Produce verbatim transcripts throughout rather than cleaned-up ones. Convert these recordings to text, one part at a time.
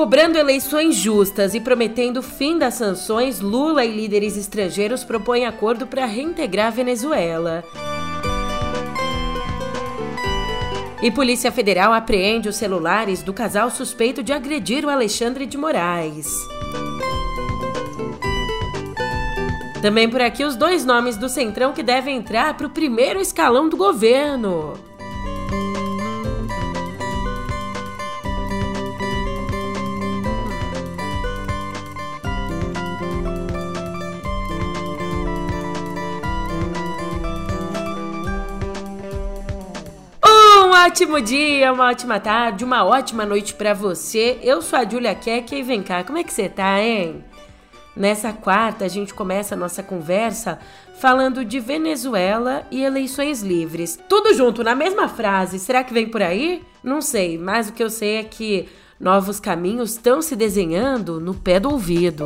Cobrando eleições justas e prometendo fim das sanções, Lula e líderes estrangeiros propõem acordo para reintegrar a Venezuela. E Polícia Federal apreende os celulares do casal suspeito de agredir o Alexandre de Moraes. Também por aqui os dois nomes do Centrão que devem entrar para o primeiro escalão do governo. Um ótimo dia, uma ótima tarde, uma ótima noite pra você. Eu sou a Julia Keck e vem cá, como é que você tá, hein? Nessa quarta, a gente começa a nossa conversa falando de Venezuela e eleições livres. Tudo junto, na mesma frase. Será que vem por aí? Não sei, mas o que eu sei é que novos caminhos estão se desenhando no pé do ouvido.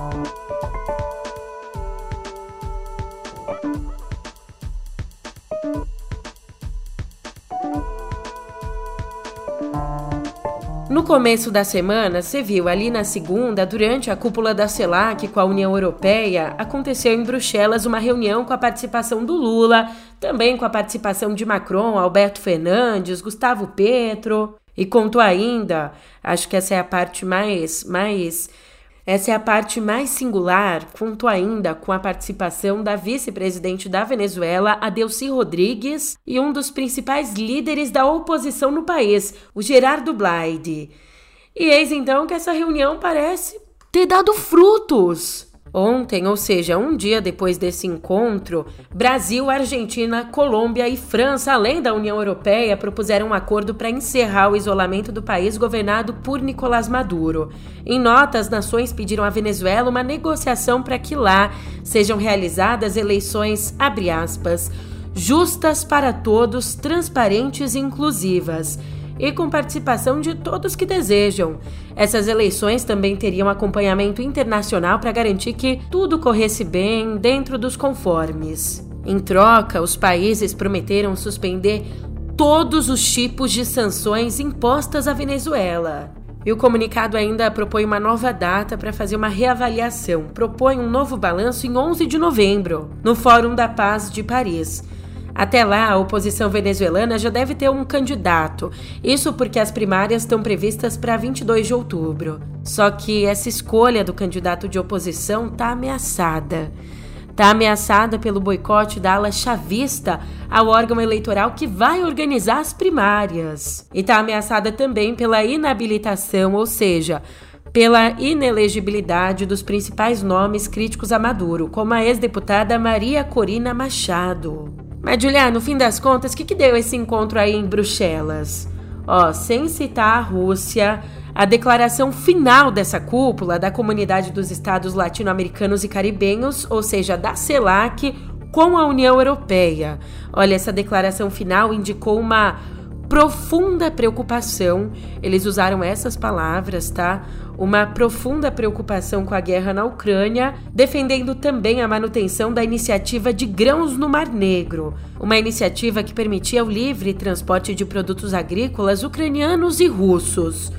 No começo da semana, você viu ali na segunda, durante a cúpula da CELAC com a União Europeia, aconteceu em Bruxelas uma reunião com a participação do Lula, também com a participação de Macron, Alberto Fernandes, Gustavo Petro, e contou ainda, acho que essa é a parte mais, mais, essa é a parte mais singular, contou ainda com a participação da vice-presidente da Venezuela, a Delcy Rodrigues, e um dos principais líderes da oposição no país, o Gerardo Blayde. E eis então que essa reunião parece ter dado frutos. Ontem, ou seja, um dia depois desse encontro, Brasil, Argentina, Colômbia e França, além da União Europeia, propuseram um acordo para encerrar o isolamento do país governado por Nicolás Maduro. Em nota, as nações pediram à Venezuela uma negociação para que lá sejam realizadas eleições, abre aspas, justas para todos, transparentes e inclusivas, e com participação de todos que desejam. Essas eleições também teriam acompanhamento internacional para garantir que tudo corresse bem dentro dos conformes. Em troca, os países prometeram suspender todos os tipos de sanções impostas à Venezuela. E o comunicado ainda propõe uma nova data para fazer uma reavaliação. Propõe um novo balanço em onze de novembro, no Fórum da Paz de Paris. Até lá, a oposição venezuelana já deve ter um candidato. Isso porque as primárias estão previstas para vinte e dois de outubro. Só que essa escolha do candidato de oposição está ameaçada. Está ameaçada pelo boicote da ala chavista ao órgão eleitoral que vai organizar as primárias. E está ameaçada também pela inabilitação, ou seja, pela inelegibilidade dos principais nomes críticos a Maduro, como a ex-deputada Maria Corina Machado. Mas, Julia, no fim das contas, o que, que deu esse encontro aí em Bruxelas? Ó, sem citar a Rússia, a declaração final dessa cúpula da Comunidade dos Estados Latino-Americanos e Caribenhos, ou seja, da CELAC, com a União Europeia. Olha, essa declaração final indicou uma profunda preocupação, eles usaram essas palavras, tá? Uma profunda preocupação com a guerra na Ucrânia, defendendo também a manutenção da iniciativa de grãos no Mar Negro, uma iniciativa que permitia o livre transporte de produtos agrícolas ucranianos e russos.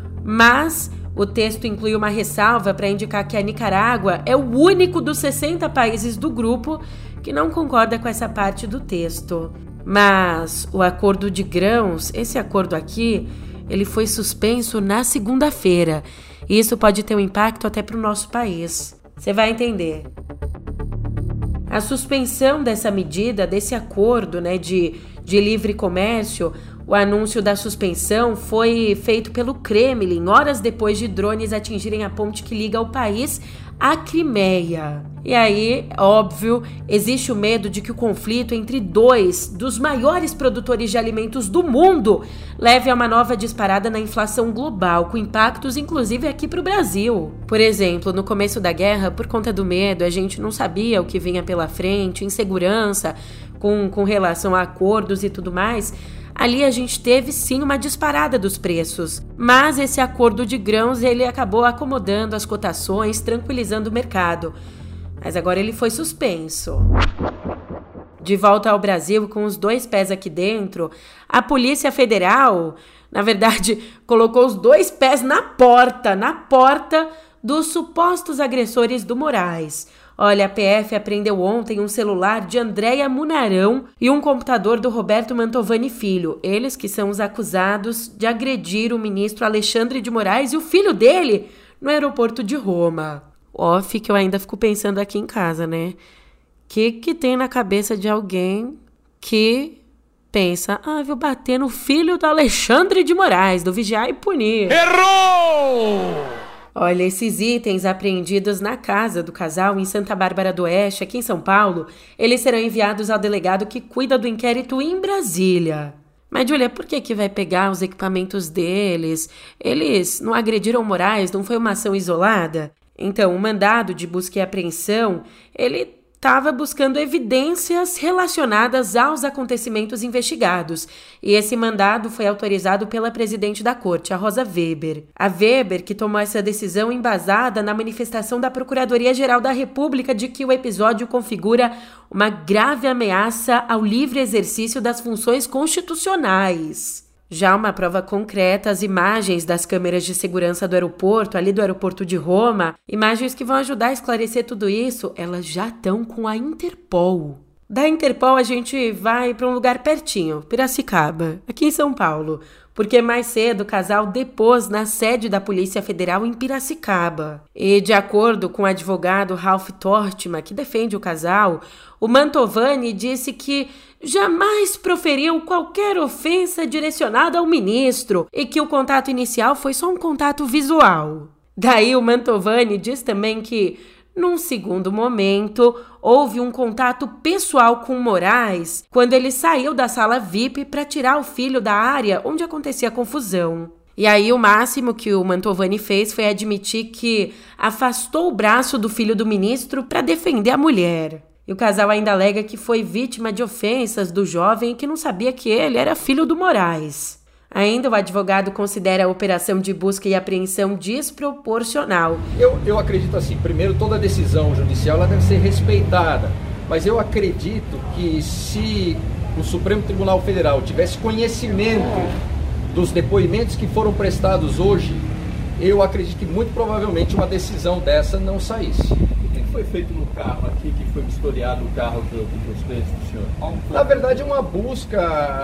Mas o texto inclui uma ressalva para indicar que a Nicarágua é o único dos sessenta países do grupo que não concorda com essa parte do texto. Mas o acordo de grãos, esse acordo aqui, ele foi suspenso na segunda-feira. E isso pode ter um impacto até para o nosso país. Você vai entender. A suspensão dessa medida, desse acordo, né, de, de livre comércio, o anúncio da suspensão foi feito pelo Kremlin, horas depois de drones atingirem a ponte que liga o país à Crimeia. E aí, óbvio, existe o medo de que o conflito entre dois dos maiores produtores de alimentos do mundo leve a uma nova disparada na inflação global, com impactos inclusive aqui para o Brasil. Por exemplo, no começo da guerra, por conta do medo, a gente não sabia o que vinha pela frente, insegurança com, com relação a acordos e tudo mais. Ali a gente teve sim uma disparada dos preços, mas esse acordo de grãos ele acabou acomodando as cotações, tranquilizando o mercado. Mas agora ele foi suspenso. de volta ao Brasil com os dois pés aqui dentro, a Polícia Federal, na verdade, colocou os dois pés na porta, na porta dos supostos agressores do Moraes. Olha, a P F apreendeu ontem um celular de Andréia Munarão e um computador do Roberto Mantovani Filho. Eles que são os acusados de agredir o ministro Alexandre de Moraes e o filho dele no aeroporto de Roma. Off, que eu ainda fico pensando aqui em casa, né? O que que tem na cabeça de alguém que pensa, ah, vou bater no filho do Alexandre de Moraes, do Vigiar e Punir. Errou! Olha, esses itens apreendidos na casa do casal em Santa Bárbara do Oeste, aqui em São Paulo, eles serão enviados ao delegado que cuida do inquérito em Brasília. Mas, Júlia, por que que vai pegar os equipamentos deles? Eles não agrediram Moraes, não foi uma ação isolada? Então, o mandado de busca e apreensão, ele estava buscando evidências relacionadas aos acontecimentos investigados. E esse mandado foi autorizado pela presidente da corte, a Rosa Weber. A Weber, que tomou essa decisão embasada na manifestação da Procuradoria-Geral da República de que o episódio configura uma grave ameaça ao livre exercício das funções constitucionais. Já uma prova concreta, as imagens das câmeras de segurança do aeroporto, ali do aeroporto de Roma, imagens que vão ajudar a esclarecer tudo isso, elas já estão com a Interpol. Da Interpol a gente vai para um lugar pertinho, Piracicaba, aqui em São Paulo, porque mais cedo o casal depôs na sede da Polícia Federal em Piracicaba. E de acordo com o advogado Ralph Tortman, que defende o casal, o Mantovani disse que jamais proferiu qualquer ofensa direcionada ao ministro e que o contato inicial foi só um contato visual. Daí o Mantovani diz também que, num segundo momento, houve um contato pessoal com Moraes quando ele saiu da sala V I P para tirar o filho da área onde acontecia a confusão. E aí o máximo que o Mantovani fez foi admitir que afastou o braço do filho do ministro para defender a mulher. E o casal ainda alega que foi vítima de ofensas do jovem e que não sabia que ele era filho do Moraes. Ainda o advogado considera a operação de busca e apreensão desproporcional. Eu, eu acredito assim, primeiro, toda decisão judicial ela deve ser respeitada, mas eu acredito que se o Supremo Tribunal Federal tivesse conhecimento dos depoimentos que foram prestados hoje, eu acredito que muito provavelmente uma decisão dessa não saísse. O que foi feito no carro aqui, que foi vistoriado o carro do, dos clientes do senhor? Na verdade, uma busca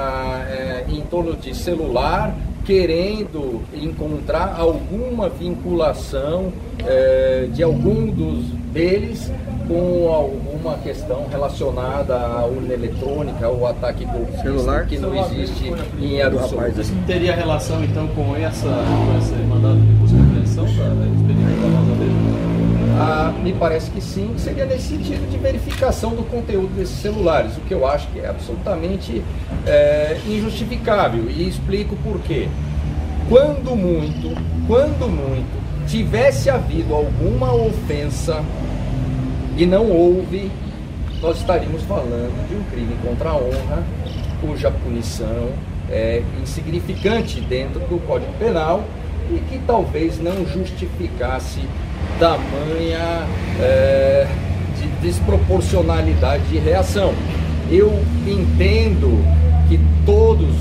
é, em torno de celular, querendo encontrar alguma vinculação é, de algum dos deles com alguma questão relacionada à urna eletrônica ou ataque golpista que não existe em absoluto. Isso teria relação então com essa, com esse mandado de busca e apreensão da expediente da Rosa Weber? Ah, me parece que sim, seria nesse sentido de verificação do conteúdo desses celulares, o que eu acho que é absolutamente é, injustificável, e explico por quê. Quando muito, quando muito, tivesse havido alguma ofensa e não houve, nós estaríamos falando de um crime contra a honra, cuja punição é insignificante dentro do Código Penal e que talvez não justificasse tamanha é, de desproporcionalidade de reação. Eu entendo que todos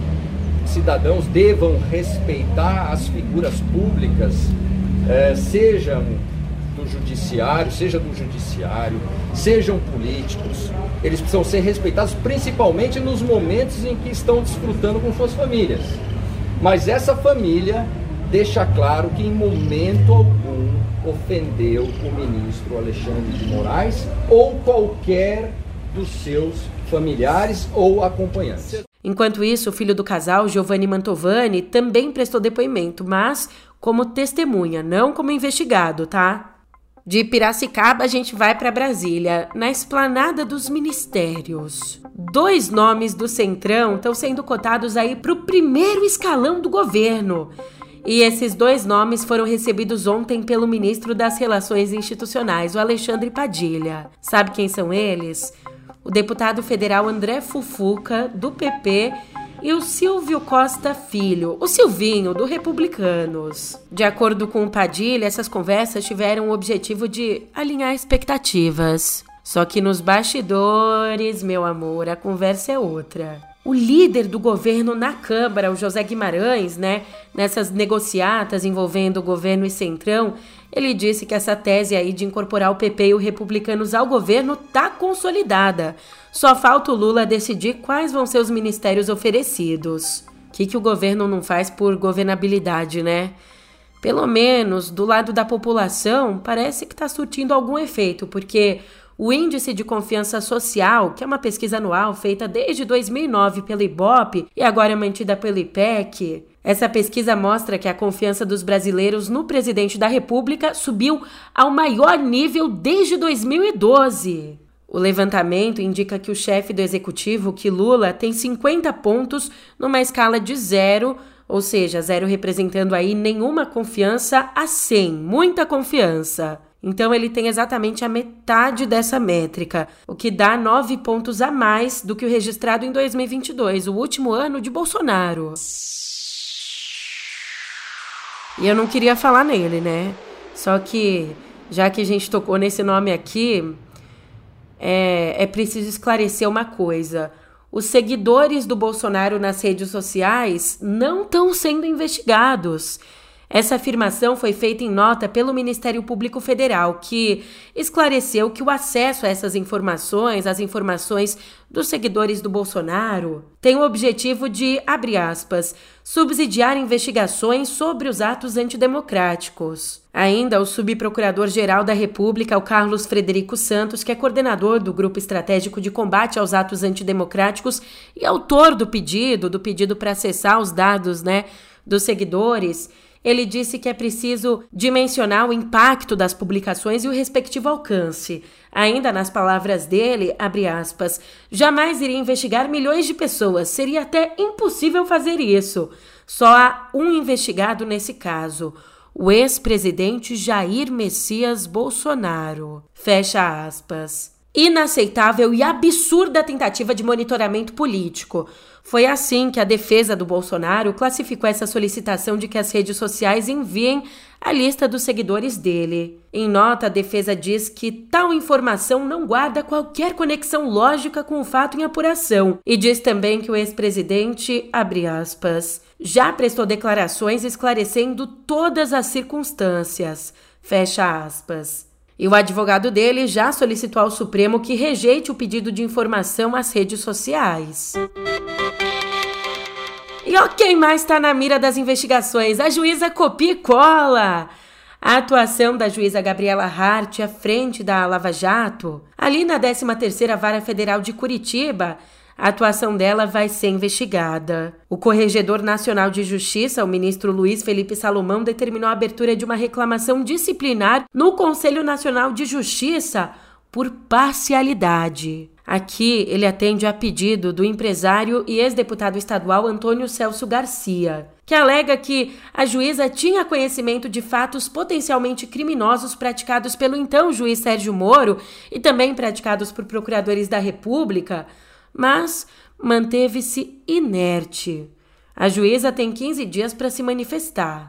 cidadãos devam respeitar as figuras públicas, é, sejam do judiciário, seja do judiciário, sejam políticos. Eles precisam ser respeitados principalmente nos momentos em que estão desfrutando com suas famílias. Mas essa família deixa claro que em momento algum ofendeu o ministro Alexandre de Moraes ou qualquer dos seus familiares ou acompanhantes. Enquanto isso, o filho do casal, Giovanni Mantovani, também prestou depoimento, mas como testemunha, não como investigado, tá? De Piracicaba, a gente vai para Brasília, na esplanada dos ministérios. Dois nomes do Centrão estão sendo cotados aí para o primeiro escalão do governo. E esses dois nomes foram recebidos ontem pelo ministro das Relações Institucionais, o Alexandre Padilha. Sabe quem são eles? O deputado federal André Fufuca, do P P, e o Silvio Costa Filho, o Silvinho, do Republicanos. De acordo com o Padilha, essas conversas tiveram o objetivo de alinhar expectativas. Só que nos bastidores, meu amor, a conversa é outra. O líder do governo na Câmara, o José Guimarães, né, nessas negociatas envolvendo o governo e Centrão, ele disse que essa tese aí de incorporar o P P e os republicanos ao governo tá consolidada. Só falta o Lula decidir quais vão ser os ministérios oferecidos. O que, que o governo não faz por governabilidade, né? Pelo menos, do lado da população, parece que está surtindo algum efeito, porque o Índice de Confiança Social, que é uma pesquisa anual feita desde dois mil e nove pelo Ibope e agora é mantida pelo I P E C, essa pesquisa mostra que a confiança dos brasileiros no presidente da República subiu ao maior nível desde dois mil e doze. O levantamento indica que o chefe do executivo, que Lula, tem cinquenta pontos numa escala de zero, ou seja, zero representando aí nenhuma confiança a cem, muita confiança. Então ele tem exatamente a metade dessa métrica, o que dá nove pontos a mais do que o registrado em dois mil e vinte e dois, o último ano de Bolsonaro. E eu não queria falar nele, né? Só que, já que a gente tocou nesse nome aqui, é, é preciso esclarecer uma coisa. Os seguidores do Bolsonaro nas redes sociais não estão sendo investigados. Essa afirmação foi feita em nota pelo Ministério Público Federal, que esclareceu que o acesso a essas informações, as informações dos seguidores do Bolsonaro, tem o objetivo de, abre aspas, subsidiar investigações sobre os atos antidemocráticos. Ainda, o subprocurador-geral da República, o Carlos Frederico Santos, que é coordenador do Grupo Estratégico de Combate aos Atos Antidemocráticos e autor do pedido, do pedido para acessar os dados, né, dos seguidores, ele disse que é preciso dimensionar o impacto das publicações e o respectivo alcance. Ainda nas palavras dele, abre aspas, jamais iria investigar milhões de pessoas, seria até impossível fazer isso. Só há um investigado nesse caso, o ex-presidente Jair Messias Bolsonaro. Fecha aspas. Inaceitável e absurda tentativa de monitoramento político. Foi assim que a defesa do Bolsonaro classificou essa solicitação de que as redes sociais enviem a lista dos seguidores dele. Em nota, a defesa diz que tal informação não guarda qualquer conexão lógica com o fato em apuração e diz também que o ex-presidente, abre aspas, já prestou declarações esclarecendo todas as circunstâncias, fecha aspas. E o advogado dele já solicitou ao Supremo que rejeite o pedido de informação às redes sociais. E ó, quem mais está na mira das investigações? A juíza copia e cola. A atuação da juíza Gabriela Hart à frente da Lava Jato, ali na décima terceira Vara Federal de Curitiba, a atuação dela vai ser investigada. O Corregedor Nacional de Justiça, o ministro Luiz Felipe Salomão, determinou a abertura de uma reclamação disciplinar no Conselho Nacional de Justiça por parcialidade. Aqui, ele atende a pedido do empresário e ex-deputado estadual Antônio Celso Garcia, que alega que a juíza tinha conhecimento de fatos potencialmente criminosos praticados pelo então juiz Sérgio Moro e também praticados por procuradores da República, mas manteve-se inerte. A juíza tem quinze dias para se manifestar.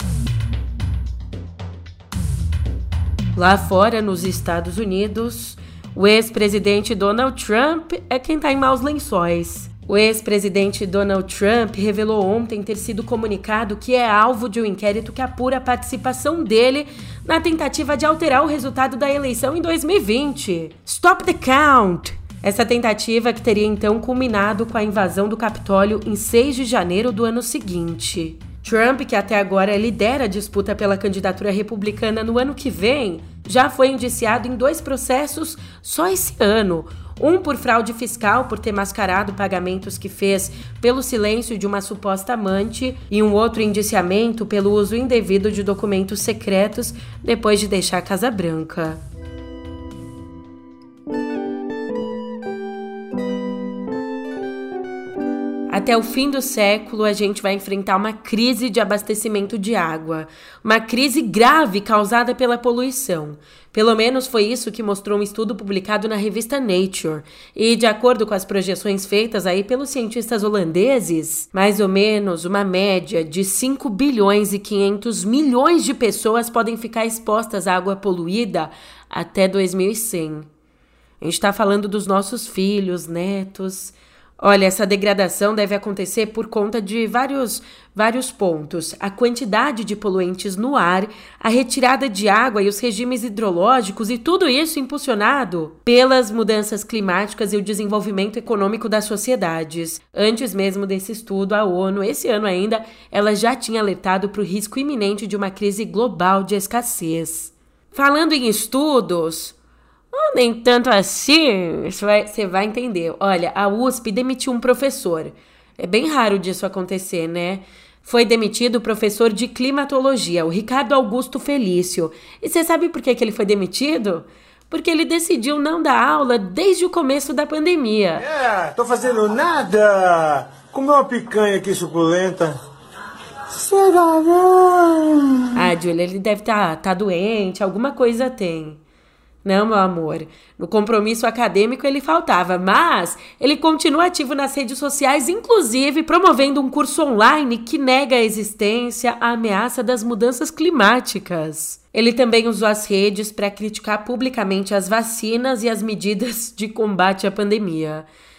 Lá fora, nos Estados Unidos, o ex-presidente Donald Trump é quem está em maus lençóis. O ex-presidente Donald Trump revelou ontem ter sido comunicado que é alvo de um inquérito que apura a participação dele na tentativa de alterar o resultado da eleição em dois mil e vinte. Stop the count! Essa tentativa que teria então culminado com a invasão do Capitólio em seis de janeiro do ano seguinte. Trump, que até agora lidera a disputa pela candidatura republicana no ano que vem, já foi indiciado em dois processos só esse ano. Um por fraude fiscal, por ter mascarado pagamentos que fez pelo silêncio de uma suposta amante, e um outro indiciamento pelo uso indevido de documentos secretos depois de deixar a Casa Branca. Até o fim do século, a gente vai enfrentar uma crise de abastecimento de água. Uma crise grave causada pela poluição. Pelo menos foi isso que mostrou um estudo publicado na revista Nature. E, de acordo com as projeções feitas aí pelos cientistas holandeses, mais ou menos uma média de cinco bilhões e quinhentos milhões de pessoas podem ficar expostas à água poluída até dois mil e cem. A gente tá falando dos nossos filhos, netos. Olha, essa degradação deve acontecer por conta de vários, vários pontos. A quantidade de poluentes no ar, a retirada de água e os regimes hidrológicos, e tudo isso impulsionado pelas mudanças climáticas e o desenvolvimento econômico das sociedades. Antes mesmo desse estudo, a ONU, esse ano ainda, ela já tinha alertado para o risco iminente de uma crise global de escassez. Falando em estudos... Oh, nem tanto assim, você vai, você vai entender. Olha, a U S P demitiu um professor. É bem raro disso acontecer, né? Foi demitido o professor de climatologia, o Ricardo Augusto Felício. E você sabe por que, que ele foi demitido? Porque ele decidiu não dar aula desde o começo da pandemia. É, tô fazendo nada. Comer uma picanha aqui suculenta. Será? Ah, Júlia, ele deve estar tá, tá doente, alguma coisa tem. Não, meu amor, no compromisso acadêmico ele faltava, mas ele continua ativo nas redes sociais, inclusive promovendo um curso online que nega a existência, a ameaça das mudanças climáticas. Ele também usou as redes para criticar publicamente as vacinas e as medidas de combate à pandemia.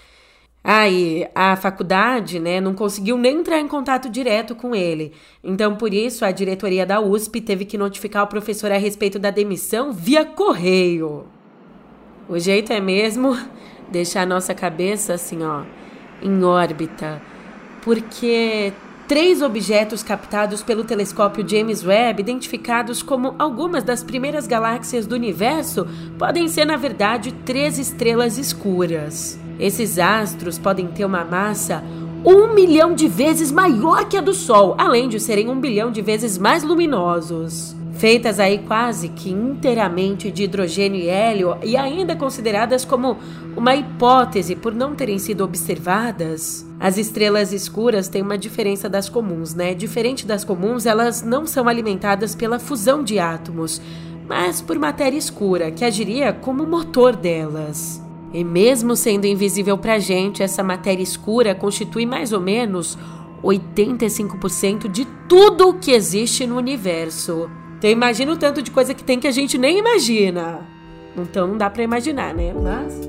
Aí, ah, a faculdade, né, não conseguiu nem entrar em contato direto com ele. Então, por isso, a diretoria da U S P teve que notificar o professor a respeito da demissão via correio. O jeito é mesmo deixar a nossa cabeça, assim, ó, em órbita. Porque três objetos captados pelo telescópio James Webb, identificados como algumas das primeiras galáxias do universo, podem ser, na verdade, três estrelas escuras. Esses astros podem ter uma massa um milhão de vezes maior que a do Sol, além de serem um bilhão de vezes mais luminosos. Feitas aí quase que inteiramente de hidrogênio e hélio e ainda consideradas como uma hipótese por não terem sido observadas, as estrelas escuras têm uma diferença das comuns, né? Diferente das comuns, elas não são alimentadas pela fusão de átomos, mas por matéria escura, que agiria como motor delas. E mesmo sendo invisível pra gente, essa matéria escura constitui mais ou menos oitenta e cinco por cento de tudo que existe no universo. Então imagina o tanto de coisa que tem que a gente nem imagina. Então não dá pra imaginar, né? Mas...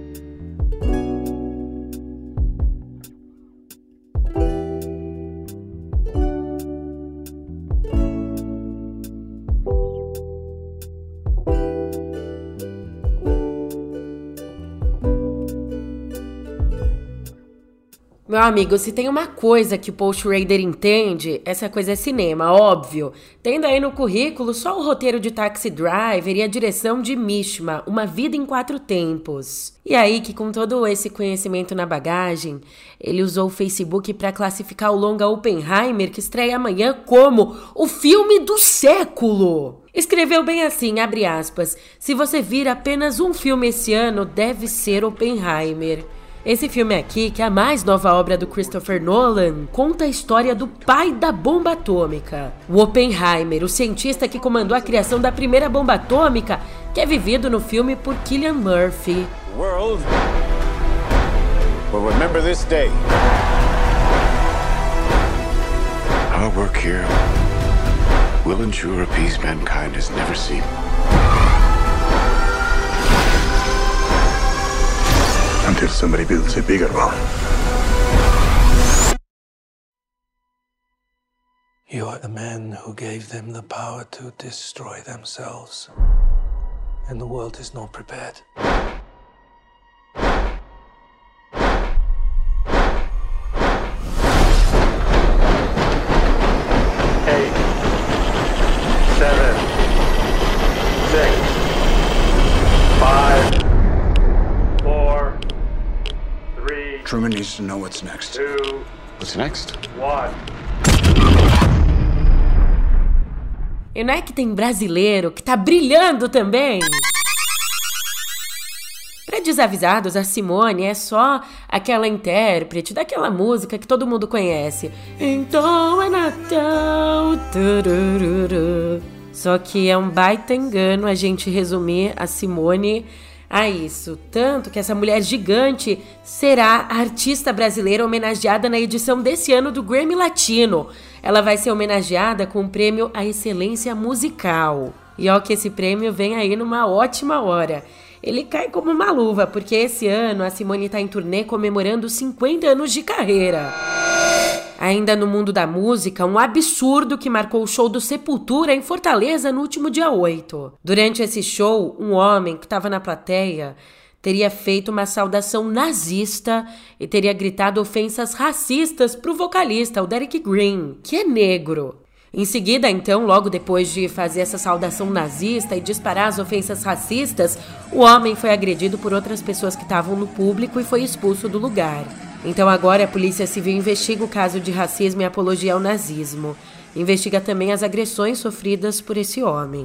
Meu amigo, se tem uma coisa que o Paul Schrader entende, essa coisa é cinema, óbvio. Tendo aí no currículo só o roteiro de Taxi Driver e a direção de Mishma, Uma Vida em Quatro Tempos. E aí que com todo esse conhecimento na bagagem, ele usou o Facebook para classificar o longa Oppenheimer, que estreia amanhã, como o filme do século. Escreveu bem assim, abre aspas, se você vir apenas um filme esse ano, deve ser Oppenheimer. Esse filme aqui, que é a mais nova obra do Christopher Nolan, conta a história do pai da bomba atômica, o Oppenheimer, o cientista que comandou a criação da primeira bomba atômica, que é vivido no filme por Cillian Murphy. The world will remember this day. Our work here will ensure a peace mankind has never seen. Until somebody builds a bigger one. You are the man who gave them the power to destroy themselves. And the world is not prepared. Eight, seven, six, five, four, three, Truman needs to know what's next. two, What's next? one. E não é que tem brasileiro que tá brilhando também? Para desavisados, a Simone é só aquela intérprete daquela música que todo mundo conhece. Então é Natal. Turururu. Só que é um baita engano a gente resumir a Simone a isso. Tanto que essa mulher gigante será a artista brasileira homenageada na edição desse ano do Grammy Latino. Ela vai ser homenageada com o prêmio à excelência musical. E ó que esse prêmio vem aí numa ótima hora. ele cai como uma luva, porque esse ano a Simone tá em turnê comemorando cinquenta anos de carreira. Ainda no mundo da música, um absurdo que marcou o show do Sepultura em Fortaleza no último dia oito. Durante esse show, um homem que estava na plateia teria feito uma saudação nazista e teria gritado ofensas racistas pro vocalista, o Derek Green, que é negro. Em seguida, então, logo depois de fazer essa saudação nazista e disparar as ofensas racistas, o homem foi agredido por outras pessoas que estavam no público e foi expulso do lugar. Então agora a Polícia Civil investiga o caso de racismo e apologia ao nazismo. Investiga também as agressões sofridas por esse homem.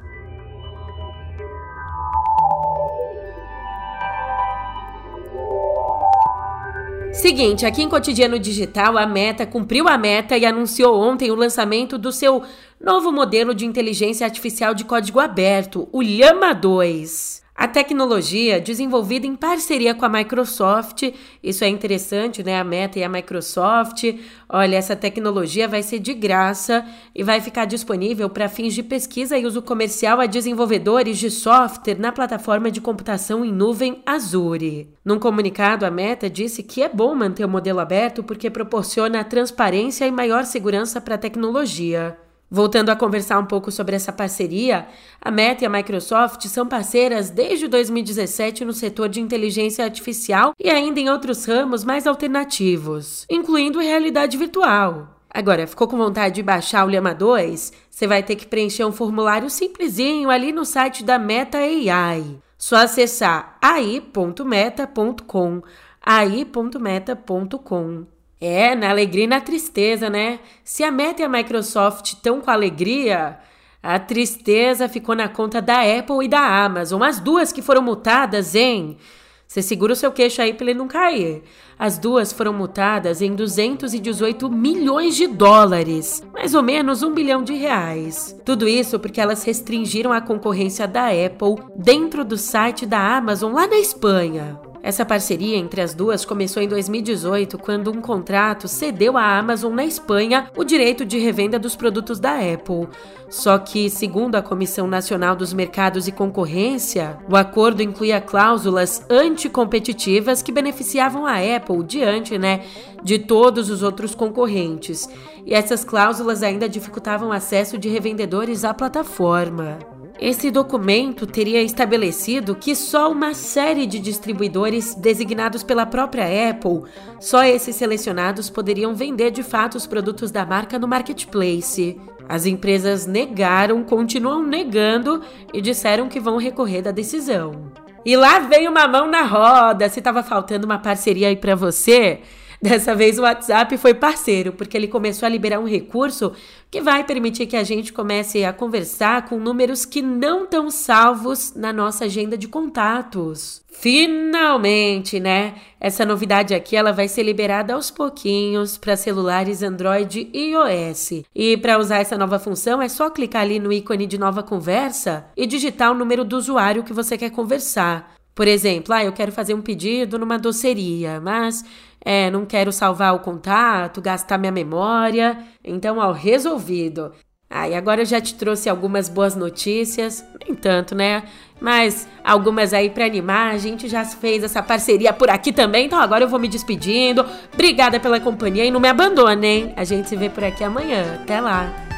Seguinte, aqui em Cotidiano Digital, a Meta cumpriu a meta e anunciou ontem o lançamento do seu novo modelo de inteligência artificial de código aberto, o Llama dois. A tecnologia, desenvolvida em parceria com a Microsoft, isso é interessante, né? A Meta e a Microsoft, olha, essa tecnologia vai ser de graça e vai ficar disponível para fins de pesquisa e uso comercial a desenvolvedores de software na plataforma de computação em nuvem Azure. Num comunicado, a Meta disse que é bom manter o modelo aberto porque proporciona transparência e maior segurança para a tecnologia. Voltando a conversar um pouco sobre essa parceria, a Meta e a Microsoft são parceiras desde dois mil e dezessete no setor de inteligência artificial e ainda em outros ramos mais alternativos, incluindo realidade virtual. Agora, ficou com vontade de baixar o Llama dois? Você vai ter que preencher um formulário simplesinho ali no site da Meta A I. Só acessar a i ponto meta ponto com, a i ponto meta ponto com. É, na alegria e na tristeza, né? Se a Meta e a Microsoft estão com alegria, a tristeza ficou na conta da Apple e da Amazon, as duas que foram multadas, hein? Você segura o seu queixo aí pra ele não cair. As duas foram multadas em duzentos e dezoito milhões de dólares, mais ou menos um bilhão de reais. Tudo isso porque elas restringiram a concorrência da Apple dentro do site da Amazon lá na Espanha. Essa parceria entre as duas começou em dois mil e dezoito, quando um contrato cedeu à Amazon na Espanha o direito de revenda dos produtos da Apple. Só que, segundo a Comissão Nacional dos Mercados e Concorrência, o acordo incluía cláusulas anticompetitivas que beneficiavam a Apple diante, né, de todos os outros concorrentes. E essas cláusulas ainda dificultavam o acesso de revendedores à plataforma. Esse documento teria estabelecido que só uma série de distribuidores designados pela própria Apple, só esses selecionados poderiam vender de fato os produtos da marca no marketplace. As empresas negaram, continuam negando e disseram que vão recorrer da decisão. E lá veio uma mão na roda, se estava faltando uma parceria aí para você. Dessa vez o WhatsApp foi parceiro, porque ele começou a liberar um recurso que vai permitir que a gente comece a conversar com números que não estão salvos na nossa agenda de contatos. Finalmente, né? Essa novidade aqui ela vai ser liberada aos pouquinhos para celulares Android e iOS. E para usar essa nova função é só clicar ali no ícone de nova conversa e digitar o número do usuário que você quer conversar. Por exemplo, ah, eu quero fazer um pedido numa doceria, mas é, não quero salvar o contato, gastar minha memória. Então, ó, resolvido. Ah, e agora eu já te trouxe algumas boas notícias, nem tanto, né? Mas algumas aí pra animar, a gente já fez essa parceria por aqui também, então agora eu vou me despedindo. Obrigada pela companhia e não me abandone, hein? A gente se vê por aqui amanhã. Até lá!